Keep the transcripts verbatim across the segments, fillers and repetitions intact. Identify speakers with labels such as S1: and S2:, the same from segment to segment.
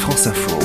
S1: France Info.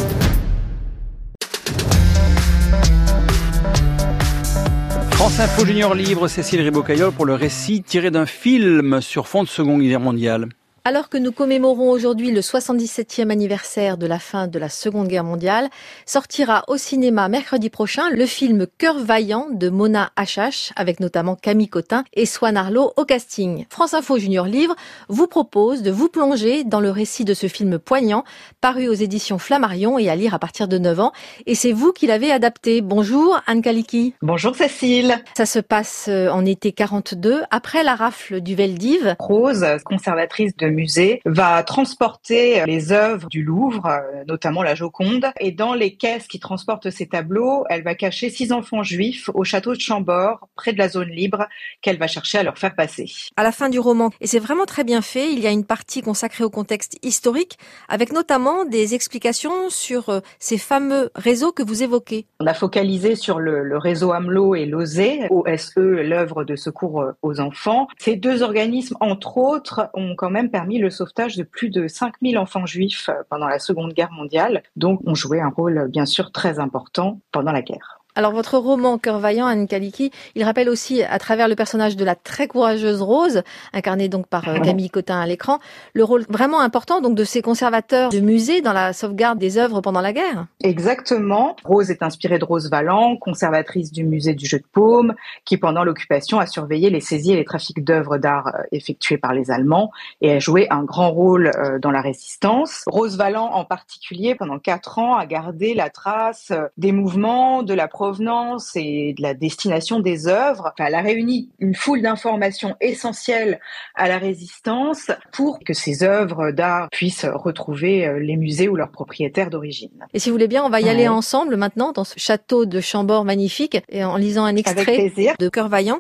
S2: France Info Junior Livre, Cécile Ribocaillol pour le récit tiré d'un film sur fond de Seconde Guerre mondiale.
S3: Alors que nous commémorons aujourd'hui le soixante-dix-septième anniversaire de la fin de la Seconde Guerre mondiale, sortira au cinéma mercredi prochain le film Cœur vaillant de Mona Achache, avec notamment Camille Cotin et Swan Arlo au casting. France Info Junior Livre vous propose de vous plonger dans le récit de ce film poignant, paru aux éditions Flammarion et à lire à partir de neuf ans. Et c'est vous qui l'avez adapté. Bonjour Anne Kaliki.
S4: Bonjour Cécile.
S3: Ça se passe en été quarante-deux, après la rafle du Veldiv.
S4: Rose, conservatrice de musée, va transporter les œuvres du Louvre, notamment la Joconde, et dans les caisses qui transportent ces tableaux, elle va cacher six enfants juifs au château de Chambord, près de la zone libre, qu'elle va chercher à leur faire passer.
S3: À la fin du roman, et c'est vraiment très bien fait, il y a une partie consacrée au contexte historique, avec notamment des explications sur ces fameux réseaux que vous évoquez.
S4: On a focalisé sur le, le réseau Amelot et l'O S E, O S E, l'œuvre de secours aux enfants. Ces deux organismes, entre autres, ont quand même permis le sauvetage de plus de cinq mille enfants juifs pendant la Seconde Guerre mondiale, donc ont joué un rôle bien sûr très important pendant la guerre.
S3: Alors votre roman Cœur vaillant, Anne Kaliki, il rappelle aussi à travers le personnage de la très courageuse Rose, incarnée donc par euh, Camille Cotin à l'écran, le rôle vraiment important donc de ces conservateurs de musées dans la sauvegarde des œuvres pendant la guerre.
S4: Exactement. Rose est inspirée de Rose Valland, conservatrice du musée du Jeu de Paume, qui pendant l'occupation a surveillé les saisies et les trafics d'œuvres d'art effectués par les Allemands et a joué un grand rôle euh, dans la résistance. Rose Valland en particulier, pendant quatre ans, a gardé la trace des mouvements, de la provenance et de la destination des œuvres. Enfin, elle a réuni une foule d'informations essentielles à la résistance pour que ces œuvres d'art puissent retrouver les musées ou leurs propriétaires d'origine.
S3: Et si vous voulez bien, on va y ouais. aller ensemble maintenant dans ce château de Chambord magnifique et en lisant un extrait de Cœur vaillant.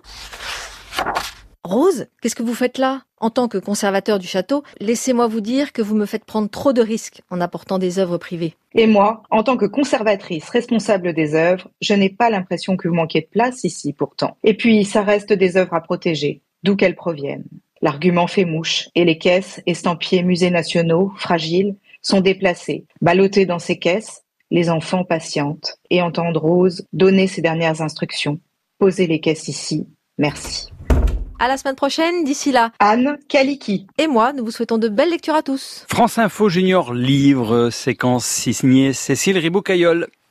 S3: Rose, qu'est-ce que vous faites là ? En tant que conservateur du château, laissez-moi vous dire que vous me faites prendre trop de risques en apportant des œuvres privées.
S4: Et moi, en tant que conservatrice responsable des œuvres, je n'ai pas l'impression que vous manquiez de place ici pourtant. Et puis, ça reste des œuvres à protéger, d'où qu'elles proviennent. L'argument fait mouche, et les caisses, estampillées musées nationaux, fragiles, sont déplacées. Ballottées dans ces caisses, les enfants patientent et entendent Rose donner ses dernières instructions. Posez les caisses ici, merci.
S3: À la semaine prochaine, d'ici là.
S4: Anne Kaliki.
S3: Et moi, nous vous souhaitons de belles lectures à tous.
S2: France Info Junior Livre, séquence signée Cécile Ribocaillol.